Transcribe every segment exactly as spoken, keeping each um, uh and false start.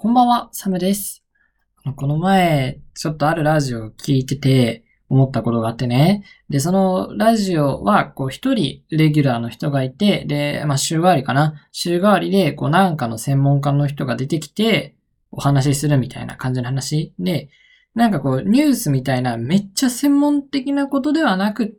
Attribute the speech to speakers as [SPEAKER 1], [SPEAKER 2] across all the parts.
[SPEAKER 1] こんばんは、サムです。この前、ちょっとあるラジオを聞いてて思ったことがあってね。で、そのラジオは、こう一人レギュラーの人がいて、で、まあ週替わりかな。週替わりで、こうなんかの専門家の人が出てきて、お話しするみたいな感じの話で、なんかこうニュースみたいなめっちゃ専門的なことではなくって、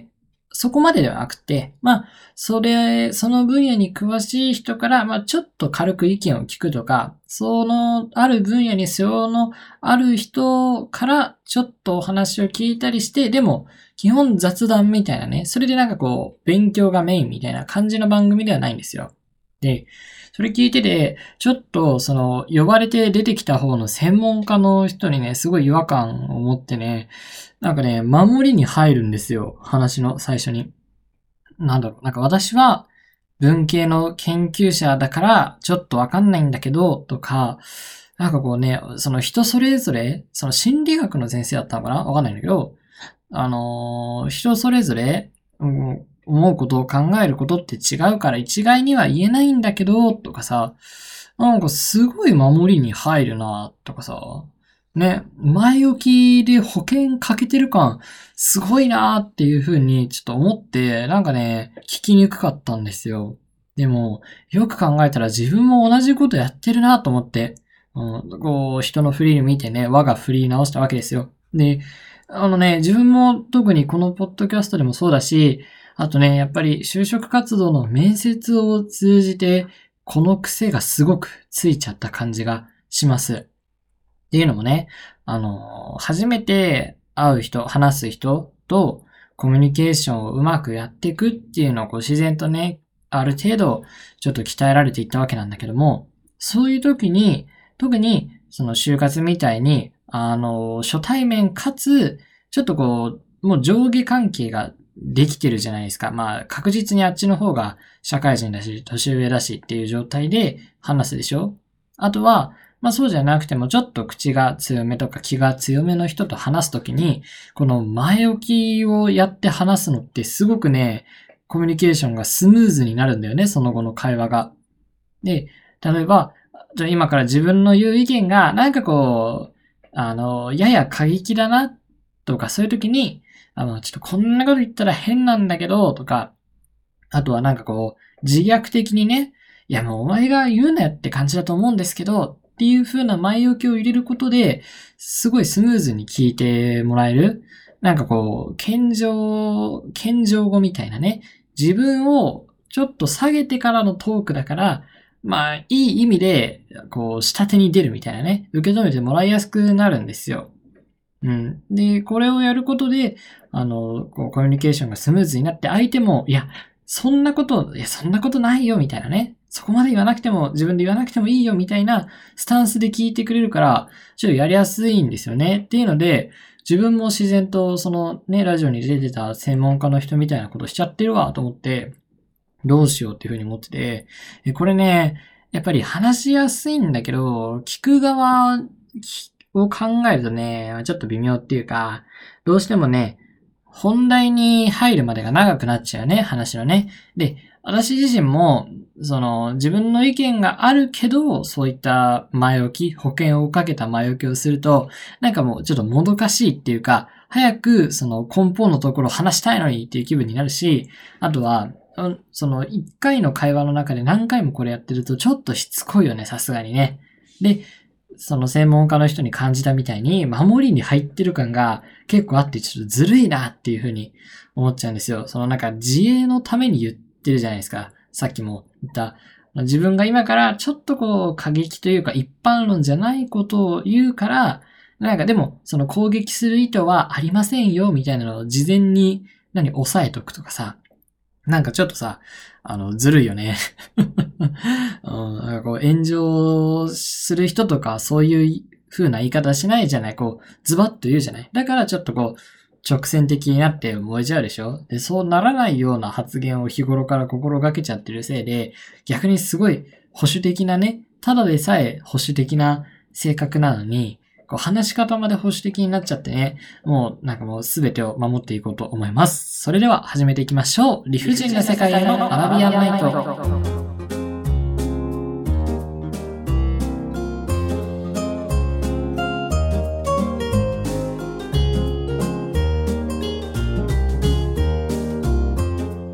[SPEAKER 1] そこまでではなくて、まあ、それ、その分野に詳しい人から、まあ、ちょっと軽く意見を聞くとか、その、ある分野に素養のある人からちょっとお話を聞いたりして、でも、基本雑談みたいなね、それでなんかこう、勉強がメインみたいな感じの番組ではないんですよ。で、それ聞いてて、ちょっと、その、呼ばれて出てきた方の専門家の人にね、すごい違和感を持ってね、なんかね、守りに入るんですよ。話の最初に。なんだろう。なんか私は文系の研究者だからちょっとわかんないんだけど、とか、なんかこうね、その人それぞれ、その心理学の先生だったのかなわかんないんだけど、あのー人それぞれ、うん、思うことを考えることって違うから一概には言えないんだけど、とかさ、なんかすごい守りに入るな、とかさ、ね、前置きで保険かけてる感、すごいなーっていう風にちょっと思って、なんかね、聞きにくかったんですよ。でも、よく考えたら自分も同じことやってるなと思って、うん、こう、人のフリー見てね、我がフリー直したわけですよ。で、あのね、自分も特にこのポッドキャストでもそうだし、あとね、やっぱり就職活動の面接を通じて、この癖がすごくついちゃった感じがします。っていうのもね、あの、初めて会う人、話す人とコミュニケーションをうまくやっていくっていうのをこう自然とね、ある程度ちょっと鍛えられていったわけなんだけども、そういう時に、特にその就活みたいに、あの、初対面かつ、ちょっとこう、もう上下関係ができてるじゃないですか。まあ、確実にあっちの方が社会人だし、年上だしっていう状態で話すでしょ。あとは、まあそうじゃなくても、ちょっと口が強めとか気が強めの人と話すときに、この前置きをやって話すのってすごくね、コミュニケーションがスムーズになるんだよね、その後の会話が。で、例えば、じゃあ今から自分の言う意見が、なんかこう、あの、やや過激だな、とか、そういう時に、あの、ちょっとこんなこと言ったら変なんだけど、とか、あとはなんかこう、自虐的にね、いやもうお前が言うなよって感じだと思うんですけど、っていう風な前置きを入れることで、すごいスムーズに聞いてもらえる。なんかこう、謙譲、謙譲語みたいなね。自分をちょっと下げてからのトークだから、まあ、いい意味で、こう、下手に出るみたいなね。受け止めてもらいやすくなるんですよ。うん。で、これをやることで、あの、こう、コミュニケーションがスムーズになって、相手も、いや、そんなこと、いや、そんなことないよ、みたいなね。そこまで言わなくても、自分で言わなくてもいいよ、みたいなスタンスで聞いてくれるから、ちょっとやりやすいんですよね。っていうので、自分も自然と、そのね、ラジオに出てた専門家の人みたいなことしちゃってるわ、と思って、どうしようっていうふうに思ってて、えこれね、やっぱり話しやすいんだけど、聞く側を考えるとね、ちょっと微妙っていうか、どうしてもね、本題に入るまでが長くなっちゃうね、話のね。で、私自身も、その、自分の意見があるけど、そういった前置き、保険をかけた前置きをすると、なんかもうちょっともどかしいっていうか、早くその根本のところを話したいのにっていう気分になるし、あとは、その一回の会話の中で何回もこれやってるとちょっとしつこいよね、さすがにね。で、その専門家の人に感じたみたいに、守りに入ってる感が結構あって、ちょっとずるいなっていう風に思っちゃうんですよ。そのなんか自衛のために言ってるじゃないですか。さっきも言った。自分が今からちょっとこう過激というか一般論じゃないことを言うから、なんかでもその攻撃する意図はありませんよみたいなのを事前に何押さえとくとかさ。なんかちょっとさ、あの、ずるいよね。うん、なんかこう炎上する人とかそういう風な言い方しないじゃない。こう、ズバッと言うじゃない。だからちょっとこう、直線的になって燃えちゃうでしょ。で、そうならないような発言を日頃から心がけちゃってるせいで、逆にすごい保守的なね、ただでさえ保守的な性格なのに、こう話し方まで保守的になっちゃってね、もうなんかもうすべてを守っていこうと思います。それでは始めていきましょう。理不尽な世界へのアラビアンナイト。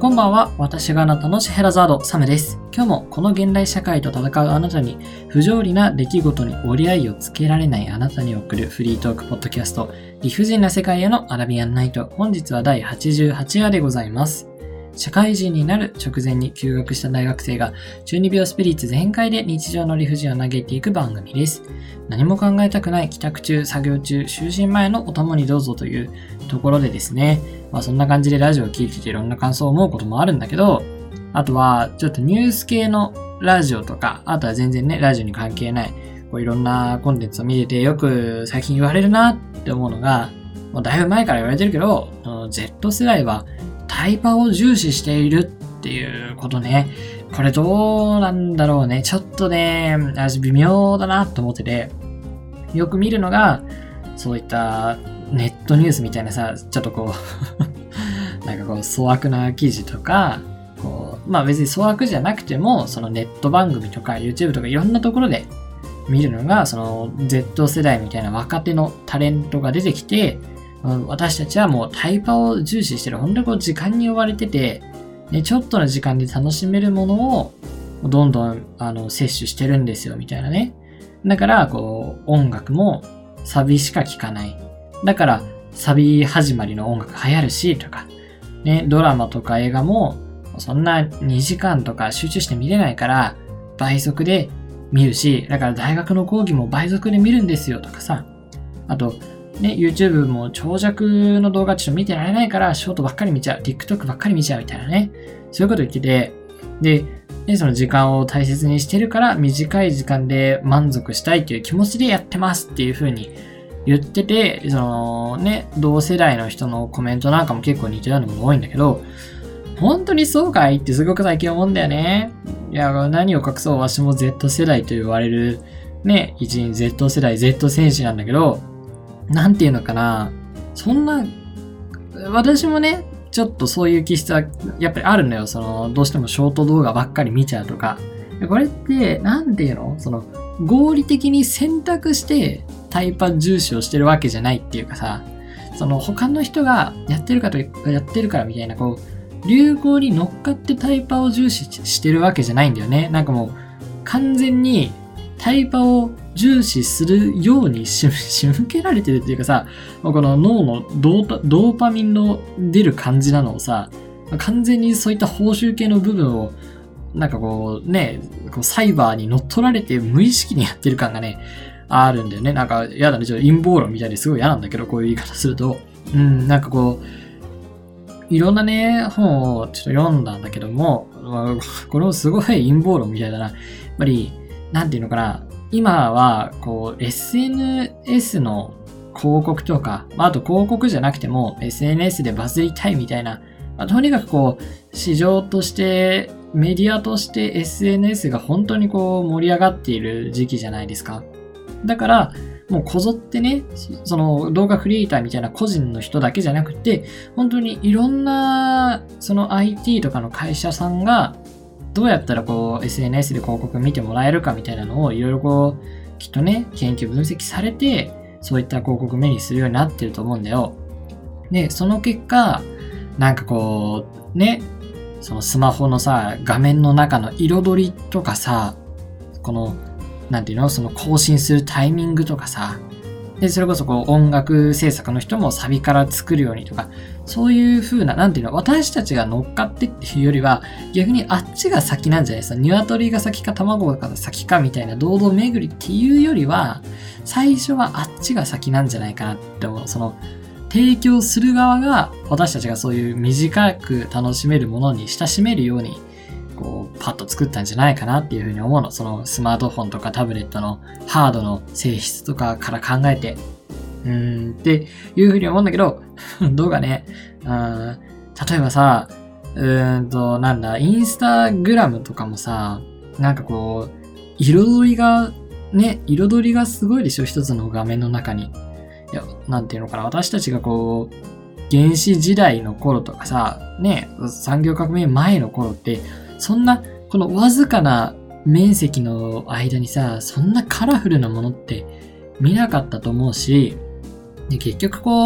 [SPEAKER 1] こんばんは。私があなたのシェラザード、サムです。今日もこの現代社会と戦うあなたに、不条理な出来事に折り合いをつけられないあなたに送るフリートークポッドキャスト、理不尽な世界へのアラビアンナイト。本日はだいはちじゅうはちわでございます。社会人になる直前に休学した大学生が中二病スピリッツ全開で日常の理不尽を嘆いていく番組です。何も考えたくない帰宅中、作業中、就寝前のお供にどうぞというところでですね、まあそんな感じでラジオを聞いてていろんな感想を思うこともあるんだけど、あとはちょっとニュース系のラジオとか、あとは全然ね、ラジオに関係ない、こういろんなコンテンツを見ててよく最近言われるなって思うのが、もうだいぶ前から言われてるけど、Z 世代はタイパを重視しているっていうことね。これどうなんだろうね。ちょっとね、私微妙だなと思ってて、よく見るのが、そういったネットニュースみたいなさ、ちょっとこう、なんかこう粗悪な記事とか、こう、まあ別に粗悪じゃなくても、そのネット番組とか YouTube とかいろんなところで見るのが、その Z 世代みたいな若手のタレントが出てきて、私たちはもうタイパを重視してる。本当にこう時間に追われてて、ね、ちょっとの時間で楽しめるものをどんどんあの摂取してるんですよ、みたいなね。だから、こう、音楽もサビしか聴かない。だから、サビ始まりの音楽流行るし、とか。ね、ドラマとか映画も、そんなにじかんとか集中して見れないから、倍速で見るし、だから大学の講義も倍速で見るんですよ、とかさ。あと、ね、YouTube も長尺の動画ちょっと見てられないから、ショートばっかり見ちゃう。TikTok ばっかり見ちゃうみたいなね。そういうこと言ってて、で、でその時間を大切にしてるから、短い時間で満足したいという気持ちでやってますっていう風に言ってて、そのね、同世代の人のコメントなんかも結構似たようなもの多いんだけど、本当にそうかいってすごく最近思うんだよね。いや、何を隠そう、わしも Z 世代と言われる、ね、一員 Z 世代、Z 戦士なんだけど、なんていうのかな、そんな、私もね、ちょっとそういう気質はやっぱりあるのよ。その、どうしてもショート動画ばっかり見ちゃうとか。これって、なんていうのその、合理的に選択してタイパ重視をしてるわけじゃないっていうかさ、その、他の人がやってるかとやってるからみたいな、こう、流行に乗っかってタイパを重視してるわけじゃないんだよね。なんかもう、完全にタイパを重視するように仕向けられてるっていうかさ、この脳のドーパ、ドーパミンの出る感じなのをさ、完全にそういった報酬系の部分を、なんかこうね、こうサイバーに乗っ取られて無意識にやってる感がね、あるんだよね。なんか嫌だね、ちょっと陰謀論みたいですごい嫌なんだけど、こういう言い方すると。うん、なんかこう、いろんなね、本をちょっと読んだんだけども、これもすごい陰謀論みたいだな。やっぱり、なんていうのかな、今は、こう、エスエヌエス の広告とか、まあ、あと広告じゃなくても エスエヌエス でバズりたいみたいな、まあ、とにかくこう、市場として、メディアとして エスエヌエス が本当にこう盛り上がっている時期じゃないですか。だから、もうこぞってね、その動画クリエイターみたいな個人の人だけじゃなくて、本当にいろんな、その アイティー とかの会社さんが、どうやったらこう エスエヌエス で広告見てもらえるかみたいなのをいろいろこうきっとね研究分析されてそういった広告目にするようになってると思うんだよ。で、その結果なんかこうねそのスマホのさ画面の中の彩りとかさこのなんていうのその更新するタイミングとかさでそれこそこう音楽制作の人もサビから作るようにとかそういう風ななんていうの私たちが乗っかってっていうよりは逆にあっちが先なんじゃないですか。鶏が先か卵が先かみたいな堂々巡りっていうよりは最初はあっちが先なんじゃないかなって思う。その提供する側が私たちがそういう短く楽しめるものに親しめるようにこうパッと作ったんじゃないかなっていうふうに思うの。そのスマートフォンとかタブレットのハードの性質とかから考えてうーんっていうふうに思うんだけどどうかねあ例えばさうーんとなんだインスタグラムとかもさなんかこう彩りがね彩りがすごいでしょ一つの画面の中に。いやなんていうのかな私たちがこう原始時代の頃とかさね産業革命前の頃ってそんなこのわずかな面積の間にさそんなカラフルなものって見なかったと思うしで結局こう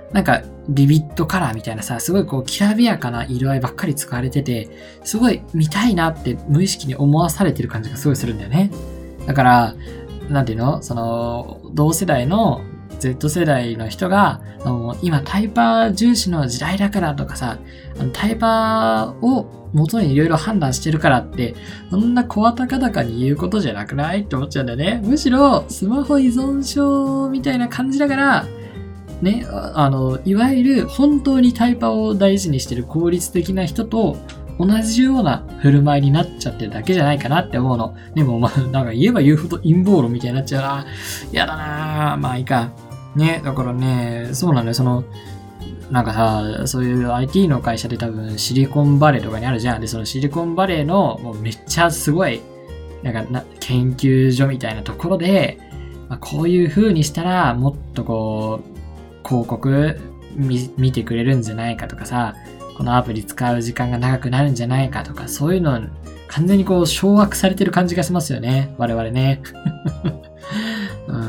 [SPEAKER 1] なんかビビットカラーみたいなさ、すごいこうきらびやかな色合いばっかり使われてて、すごい見たいなって無意識に思わされてる感じがすごいするんだよね。だから、なんていうのその、同世代の Z 世代の人が、今タイパー重視の時代だからとかさ、タイパーを元にいろいろ判断してるからって、そんな小高々に言うことじゃなくないって思っちゃうんだよね。むしろ、スマホ依存症みたいな感じだから、ね、あの、いわゆる本当にタイパを大事にしてる効率的な人と同じような振る舞いになっちゃってるだけじゃないかなって思うの。でもまあ、なんか言えば言うほど陰謀論みたいになっちゃうな。やだなぁ。まあいいか。ね、だからね、そうなんだよ。その、なんかさ、そういう アイティー の会社で多分シリコンバレーとかにあるじゃん。で、そのシリコンバレーのもうめっちゃすごい、なんかな研究所みたいなところで、まあ、こういう風にしたらもっとこう、広告 見, 見てくれるんじゃないかとかさ、このアプリ使う時間が長くなるんじゃないかとか、そういうの完全にこう掌握されてる感じがしますよね。我々ね。うん、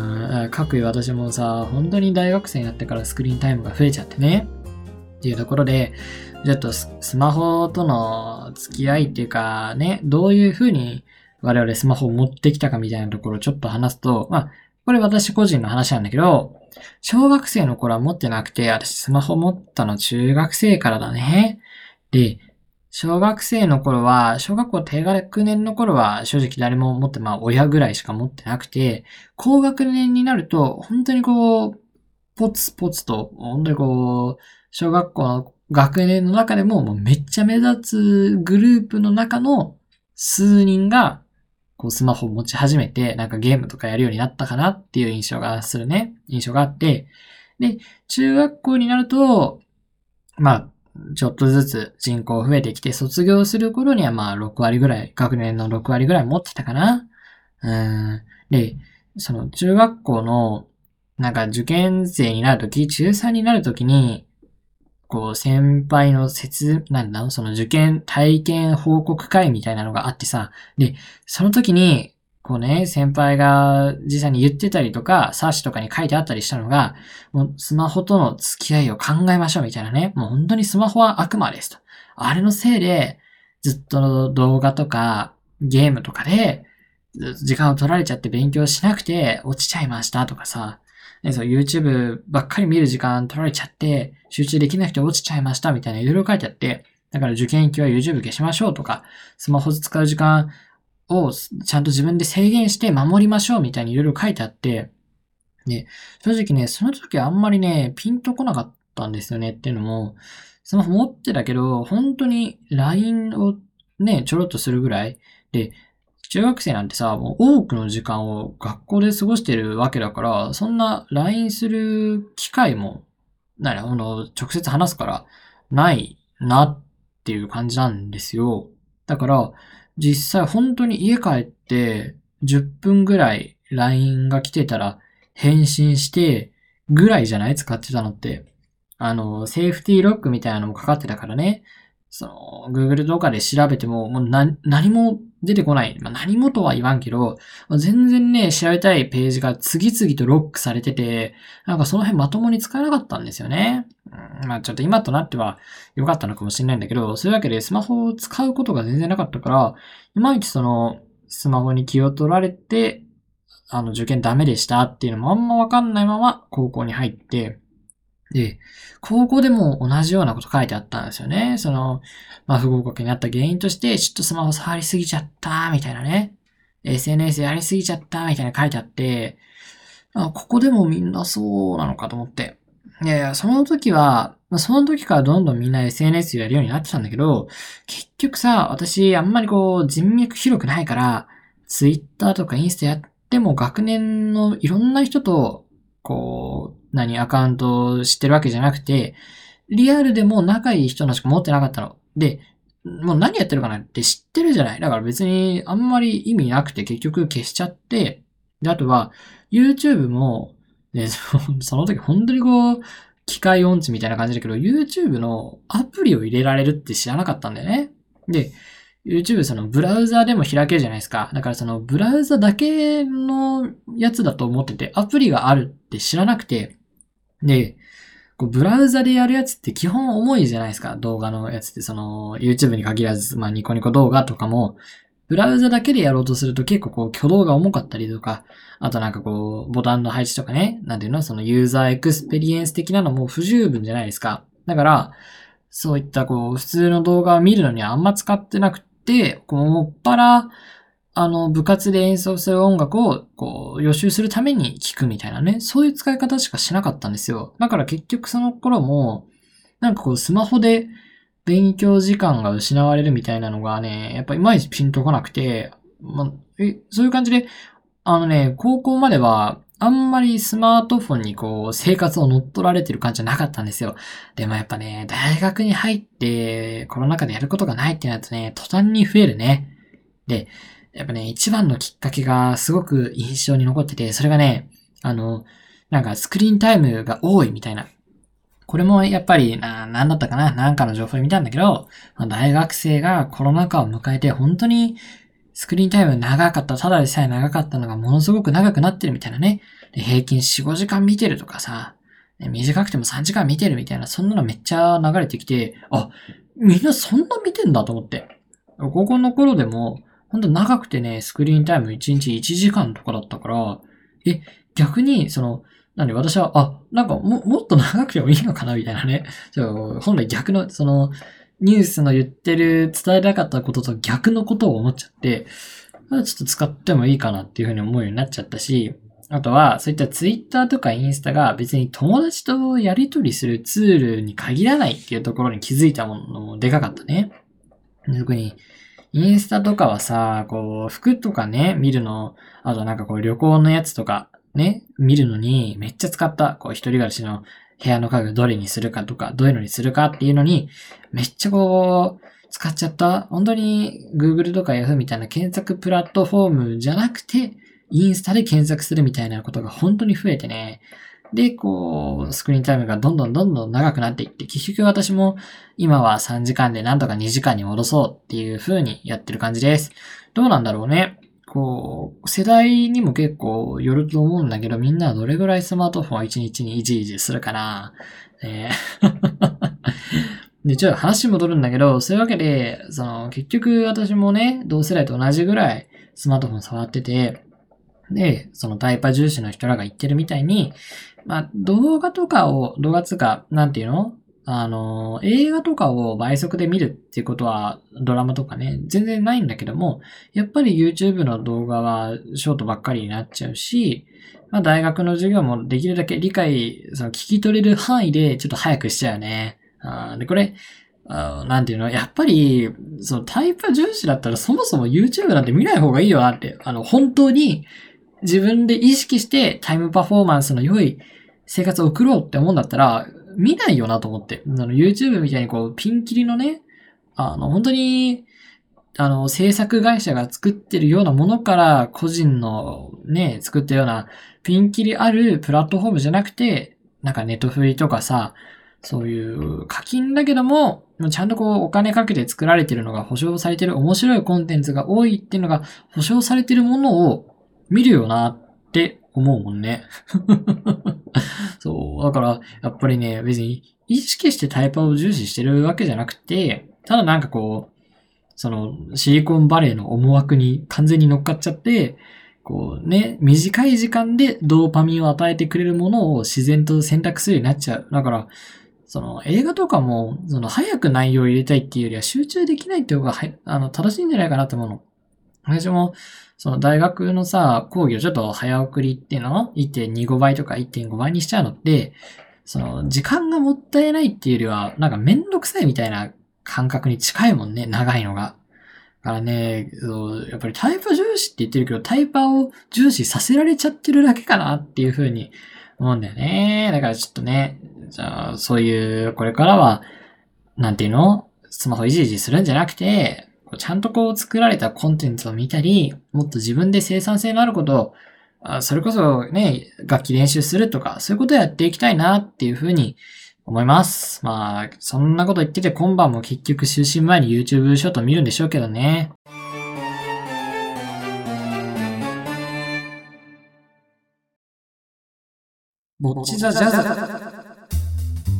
[SPEAKER 1] かくいう私もさ、本当に大学生になってからスクリーンタイムが増えちゃってね。っていうところで、ちょっとスマホとの付き合いっていうかね、どういう風に我々スマホを持ってきたかみたいなところをちょっと話すと、まあ、これ私個人の話なんだけど、小学生の頃は持ってなくて、私スマホ持ったの中学生からだね。で、小学生の頃は、小学校低学年の頃は正直誰も持って、まあ親ぐらいしか持ってなくて、高学年になると、本当にこう、ポツポツと、本当にこう、小学校の学年の中でももうめっちゃ目立つグループの中の数人が、こうスマホを持ち始めて、なんかゲームとかやるようになったかなっていう印象がするね。印象があって。で、中学校になると、まあ、ちょっとずつ人口増えてきて、卒業する頃にはまあろく割ぐらい、学年のろく割ぐらい持ってたかな。うん。で、その中学校の、なんか受験生になるとき、中さんになるときに、こう、先輩の説、なんだその受験体験報告会みたいなのがあってさ、で、その時に、こうね、先輩が実際に言ってたりとか、冊子とかに書いてあったりしたのが、もうスマホとの付き合いを考えましょうみたいなね。もう本当にスマホは悪魔ですと。あれのせいで、ずっと動画とかゲームとかで、時間を取られちゃって勉強しなくて落ちちゃいましたとかさ、ね、そう YouTube ばっかり見る時間取られちゃって集中できなくて落ちちゃいましたみたいないろいろ書いてあって、だから受験期は YouTube 消しましょうとか、スマホ使う時間をちゃんと自分で制限して守りましょうみたいにいろいろ書いてあって、で、正直ね、その時あんまりね、ピンとこなかったんですよねっていうのも、スマホ持ってたけど、本当に ライン をね、ちょろっとするぐらいで、中学生なんてさ、もう多くの時間を学校で過ごしてるわけだから、そんな ライン する機会も、なに、あの、直接話すから、ないなっていう感じなんですよ。だから、実際本当に家帰ってじゅっぷんぐらい ライン が来てたら返信してぐらいじゃない使ってたのって。あの、セーフティーロックみたいなのもかかってたからね。その、Google とかで調べても、もうな、何も出てこない。まあ、何もとは言わんけど、全然ね、調べたいページが次々とロックされてて、なんかその辺まともに使えなかったんですよね。うん、まあちょっと今となっては良かったのかもしれないんだけど、そういうわけでスマホを使うことが全然なかったから、いまいちその、スマホに気を取られて、あの、受験ダメでしたっていうのもあんまわかんないまま高校に入って、で、高校でも同じようなこと書いてあったんですよね。その、まあ、不合格になった原因として、ちょっとスマホ触りすぎちゃった、みたいなね。エスエヌエス やりすぎちゃった、みたいな書いてあって、あ、ここでもみんなそうなのかと思って。いやいや、その時は、まあ、その時からどんどんみんな エスエヌエス やるようになってたんだけど、結局さ、私あんまりこう人脈広くないから、Twitter とかインスタやっても学年のいろんな人と、こう、何、アカウントを知ってるわけじゃなくて、リアルでも仲いい人のしか持ってなかったの。で、もう何やってるかなって知ってるじゃない。だから別にあんまり意味なくて結局消しちゃって、で、あとは YouTube も、ね、その時本当にこう、機械音痴みたいな感じだけど、YouTube のアプリを入れられるって知らなかったんだよね。で、YouTube そのブラウザでも開けるじゃないですか。だからそのブラウザだけのやつだと思ってて、アプリがあるって知らなくて、で、 こうブラウザでやるやつって基本重いじゃないですか。動画のやつって、その YouTube に限らず、まあニコニコ動画とかも、ブラウザだけでやろうとすると結構こう挙動が重かったりとか、あとなんかこうボタンの配置とかね、なんていうの、そのユーザーエクスペリエンス的なのも不十分じゃないですか。だから、そういったこう普通の動画を見るのにあんま使ってなくて、こうもっぱら、あの、部活で演奏する音楽を、こう、予習するために聴くみたいなね、そういう使い方しかしなかったんですよ。だから結局その頃も、なんかこう、スマホで勉強時間が失われるみたいなのがね、やっぱいまいちピンとこなくて、まあ、え、そういう感じで、あのね、高校までは、あんまりスマートフォンにこう、生活を乗っ取られてる感じじゃなかったんですよ。でもやっぱね、大学に入って、コロナ禍でやることがないってなるとね、途端に増えるね。で、やっぱね、一番のきっかけがすごく印象に残ってて、それがね、あの、なんかスクリーンタイムが多いみたいな。これもやっぱり、な、なんだったかななんかの情報で見たんだけど、大学生がコロナ禍を迎えて本当にスクリーンタイム長かった、ただでさえ長かったのがものすごく長くなってるみたいなね。で平均よん、ごじかん見てるとかさ、短くてもさんじかん見てるみたいな、そんなのめっちゃ流れてきて、あ、みんなそんな見てんだと思って。高校の頃でも、ほんと長くてね、スクリーンタイムいちにちいちじかんとかだったから、え、逆に、その、なんで私は、あ、なんかも、もっと長くてもいいのかなみたいなね。本来逆の、その、ニュースの言ってる、伝えたかったことと逆のことを思っちゃって、まあ、ちょっと使ってもいいかなっていうふうに思うようになっちゃったし、あとは、そういったツイッターとかインスタが別に友達とやりとりするツールに限らないっていうところに気づいたものもでかかったね。特に、インスタとかはさ、こう、服とかね、見るの、あとなんかこう旅行のやつとか、ね、見るのにめっちゃ使った。こう、一人暮らしの部屋の家具どれにするかとか、どういうのにするかっていうのに、めっちゃこう、使っちゃった。本当に Google とか Yahoo みたいな検索プラットフォームじゃなくて、インスタで検索するみたいなことが本当に増えてね。で、こう、スクリーンタイムがどんどんどんどん長くなっていって、結局私も今はさんじかんでなんとかにじかんに戻そうっていう風にやってる感じです。どうなんだろうね。こう、世代にも結構よると思うんだけど、みんなはどれぐらいスマートフォンをいちにちにいじいじするかな。えーで、ちょっと話戻るんだけど、そういうわけで、その、結局私もね、同世代と同じぐらいスマートフォン触ってて、で、そのタイパ重視の人らが言ってるみたいに、まあ、動画とかを、動画つうか、なんていうのあの、映画とかを倍速で見るっていうことは、ドラマとかね、全然ないんだけども、やっぱり YouTube の動画はショートばっかりになっちゃうし、まあ大学の授業もできるだけ理解、その聞き取れる範囲でちょっと早くしちゃうよね。あで、これ、あなんていうのやっぱり、そのタイパ重視だったらそもそも YouTube なんて見ない方がいいよなって、あの、本当に自分で意識してタイムパフォーマンスの良い生活を送ろうって思うんだったら、見ないよなと思って。あの、YouTube みたいにこう、ピンキリのね、あの、本当に、あの、制作会社が作ってるようなものから、個人のね、作ったような、ピンキリあるプラットフォームじゃなくて、なんかネットフリとかさ、そういう課金だけども、ちゃんとこうお金かけて作られてるのが保証されてる面白いコンテンツが多いっていうのが保証されてるものを見るよなって思うもんね。そう。だから、やっぱりね、別に意識してタイパを重視してるわけじゃなくて、ただなんかこう、そのシリコンバレーの思惑に完全に乗っかっちゃって、こうね、短い時間でドーパミンを与えてくれるものを自然と選択するようになっちゃう。だから、その映画とかも、その早く内容を入れたいっていうよりは集中できないっていう方がはあの正しいんじゃないかなと思うの。私も、その大学のさ、講義をちょっと早送りっていうの いってんにご 倍とかいってんごばいにしちゃうのって、その時間がもったいないっていうよりは、なんかめんどくさいみたいな感覚に近いもんね、長いのが。だからね、やっぱりタイパ重視って言ってるけど、タイパを重視させられちゃってるだけかなっていう風に思うんだよね。だからちょっとね、じゃあそういう、これからは、なんていうのスマホいじいじするんじゃなくて、ちゃんとこう作られたコンテンツを見たり、もっと自分で生産性のあることを、あそれこそね、楽器練習するとか、そういうことをやっていきたいなっていうふうに思います。まあ、そんなこと言ってて今晩も結局就寝前に YouTube ショート見るんでしょうけどね。ぼっちザジャズ。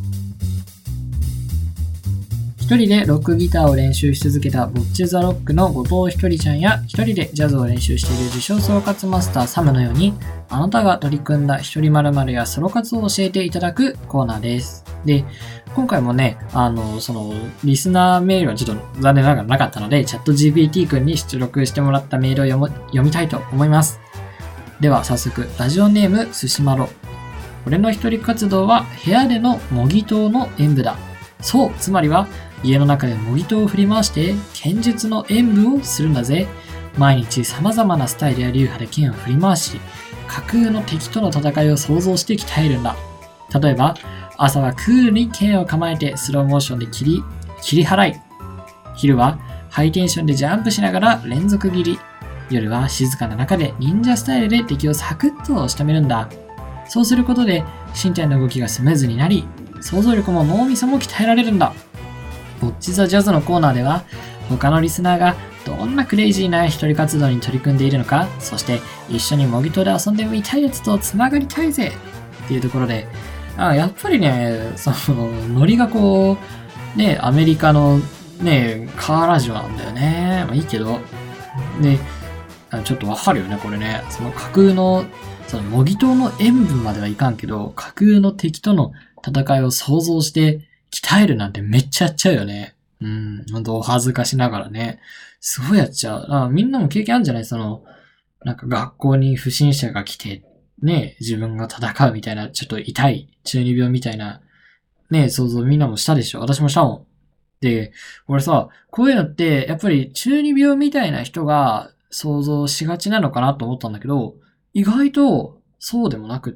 [SPEAKER 1] 一人でロックギターを練習し続けたボッチザロックの後藤ひとりちゃんや、一人でジャズを練習している自称総括マスターサムのように、あなたが取り組んだ一人〇〇やソロ活を教えていただくコーナーです。で、今回もね、あの、その、リスナーメールはちょっと残念ながらなかったので、チャット ジーピーティー 君に出力してもらったメールを読む読みたいと思います。では早速、ラジオネームすしまろ。俺の一人活動は部屋での模擬刀の演舞だ。そう、つまりは家の中で模擬刀を振り回して剣術の演舞をするんだぜ。毎日様々なスタイルや流派で剣を振り回し、架空の敵との戦いを想像して鍛えるんだ。例えば、朝はクールに剣を構えてスローモーションで切り、切り払い。昼はハイテンションでジャンプしながら連続切り。夜は静かな中で忍者スタイルで敵をサクッと仕留めるんだ。そうすることで身体の動きがスムーズになり、想像力も脳みそも鍛えられるんだ。ボッチザジャズのコーナーでは、他のリスナーがどんなクレイジーな一人活動に取り組んでいるのか、そして一緒に模擬刀で遊んでみたいやつとつながりたいぜっていうところで、あやっぱりね、そのノリがこう、ね、アメリカのね、カーラジオなんだよね。まあいいけど。で、ちょっとわかるよね、これね。その架空の、その模擬刀の演舞まではいかんけど、架空の敵との戦いを想像して鍛えるなんてめっちゃやっちゃうよね。うん、ほんとお恥ずかしながらね。すごいやっちゃう。あみんなも経験あるんじゃない？その、なんか学校に不審者が来て、ね、自分が戦うみたいな、ちょっと痛い、中二病みたいな、ね、想像みんなもしたでしょ？私もしたもん。で、俺さ、こういうのって、やっぱり中二病みたいな人が想像しがちなのかなと思ったんだけど、意外とそうでもなくって、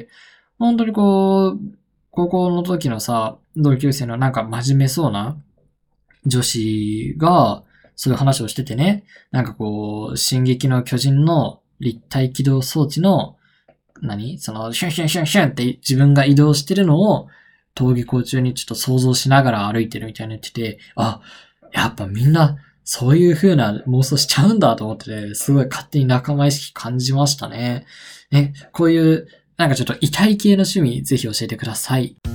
[SPEAKER 1] 本当にこう、高校の時のさ、同級生のなんか真面目そうな女子が、そういう話をしててね、なんかこう、進撃の巨人の立体起動装置の、何その、シュンシュンシュンシュンって自分が移動してるのを、登下校中にちょっと想像しながら歩いてるみたいに言ってて、あ、やっぱみんな、そういう風な妄想しちゃうんだと思ってて、すごい勝手に仲間意識感じましたね。ね、こういう、なんかちょっと痛い系の趣味、ぜひ教えてください。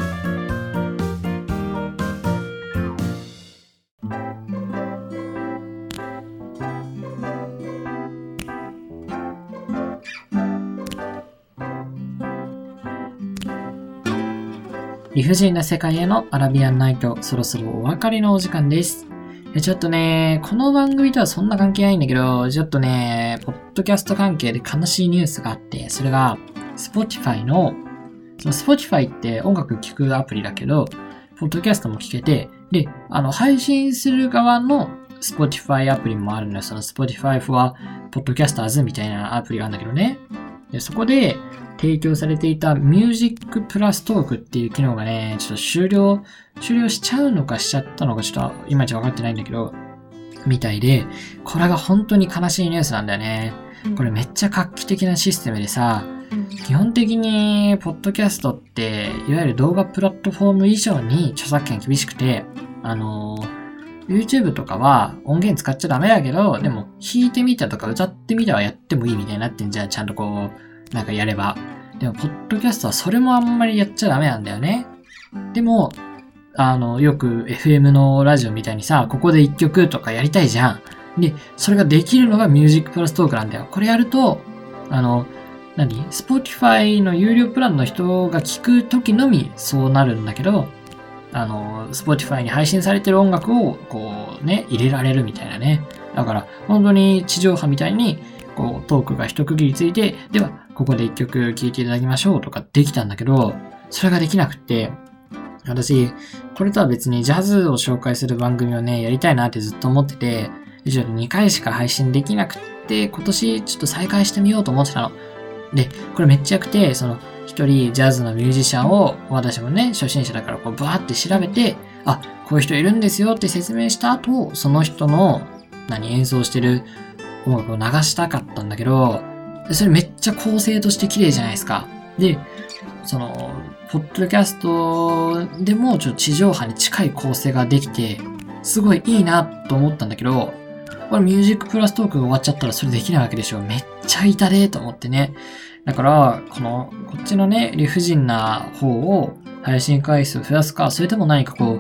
[SPEAKER 1] 理不尽な世界へのアラビアンナイト、そろそろお別れのお時間です。ちょっとね、この番組とはそんな関係ないんだけど、ちょっとね、ポッドキャスト関係で悲しいニュースがあって、それが、Spotify の、その Spotify って音楽聴くアプリだけど、ポッドキャストも聴けて、で、あの、配信する側の Spotify アプリもあるのよ。その Spotify for Podcasters みたいなアプリがあるんだけどね。で、そこで提供されていた Music Plus Talk っていう機能がね、ちょっと終了、終了しちゃうのかしちゃったのかちょっといまいち分かってないんだけど、みたいで、これが本当に悲しいニュースなんだよね。これめっちゃ画期的なシステムでさ、基本的にポッドキャストっていわゆる動画プラットフォーム以上に著作権厳しくて、あの YouTube とかは音源使っちゃダメだけど、でも弾いてみたとか歌ってみたはやってもいいみたいになってんじゃん、ちゃんとこうなんかやれば。でもポッドキャストはそれもあんまりやっちゃダメなんだよね。でもあのよく エフエム のラジオみたいにさ、ここで一曲とかやりたいじゃん。でそれができるのが Music Plus Talk なんだよ。これやるとあの何 Spotify の有料プランの人が聞くときのみそうなるんだけど、あの Spotify に配信されてる音楽をこうね入れられるみたいなね。だから本当に地上波みたいにこうトークが一区切りついて、ではここで一曲聴いていただきましょうとかできたんだけど、それができなくって、私これとは別にジャズを紹介する番組をねやりたいなってずっと思ってて、ちょっとにかいしか配信できなくって、今年ちょっと再開してみようと思ってたの。で、これめっちゃ良くて、その一人ジャズのミュージシャンを私もね、初心者だからこうバーって調べて、あ、こういう人いるんですよって説明した後、その人の何演奏してる音楽を流したかったんだけど、それめっちゃ構成として綺麗じゃないですか。で、その、ポッドキャストでもちょっと地上波に近い構成ができて、すごいいいなと思ったんだけど、これミュージックプラストークが終わっちゃったらそれできないわけでしょ。めっちゃ痛でと思ってね。だから、この、こっちのね、理不尽な方を配信回数増やすか、それとも何かこう、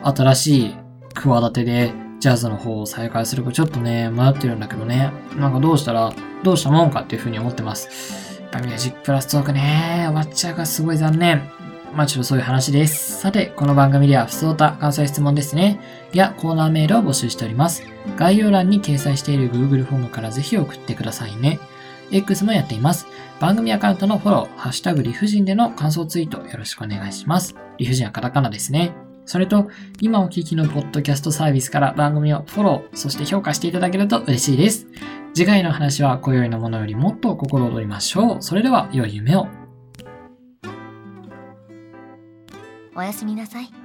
[SPEAKER 1] 新しい企てでジャズの方を再開するかちょっとね、迷ってるんだけどね。なんかどうしたら、どうしたもんかっていう風に思ってます。やっぱミュージックプラストークね、終わっちゃうからすごい残念。まあちょっとそういう話です。さて、この番組では、ふつおた、感想や質問ですね。や、コーナーメールを募集しております。概要欄に掲載している Google フォームからぜひ送ってくださいね。X もやっています。番組アカウントのフォロー、ハッシュタグ理不尽での感想ツイートよろしくお願いします。理不尽はカタカナですね。それと、今お聞きのポッドキャストサービスから番組をフォロー、そして評価していただけると嬉しいです。次回の話は今宵のものよりもっと心躍りましょう。それでは、良い夢を。
[SPEAKER 2] おやすみなさい。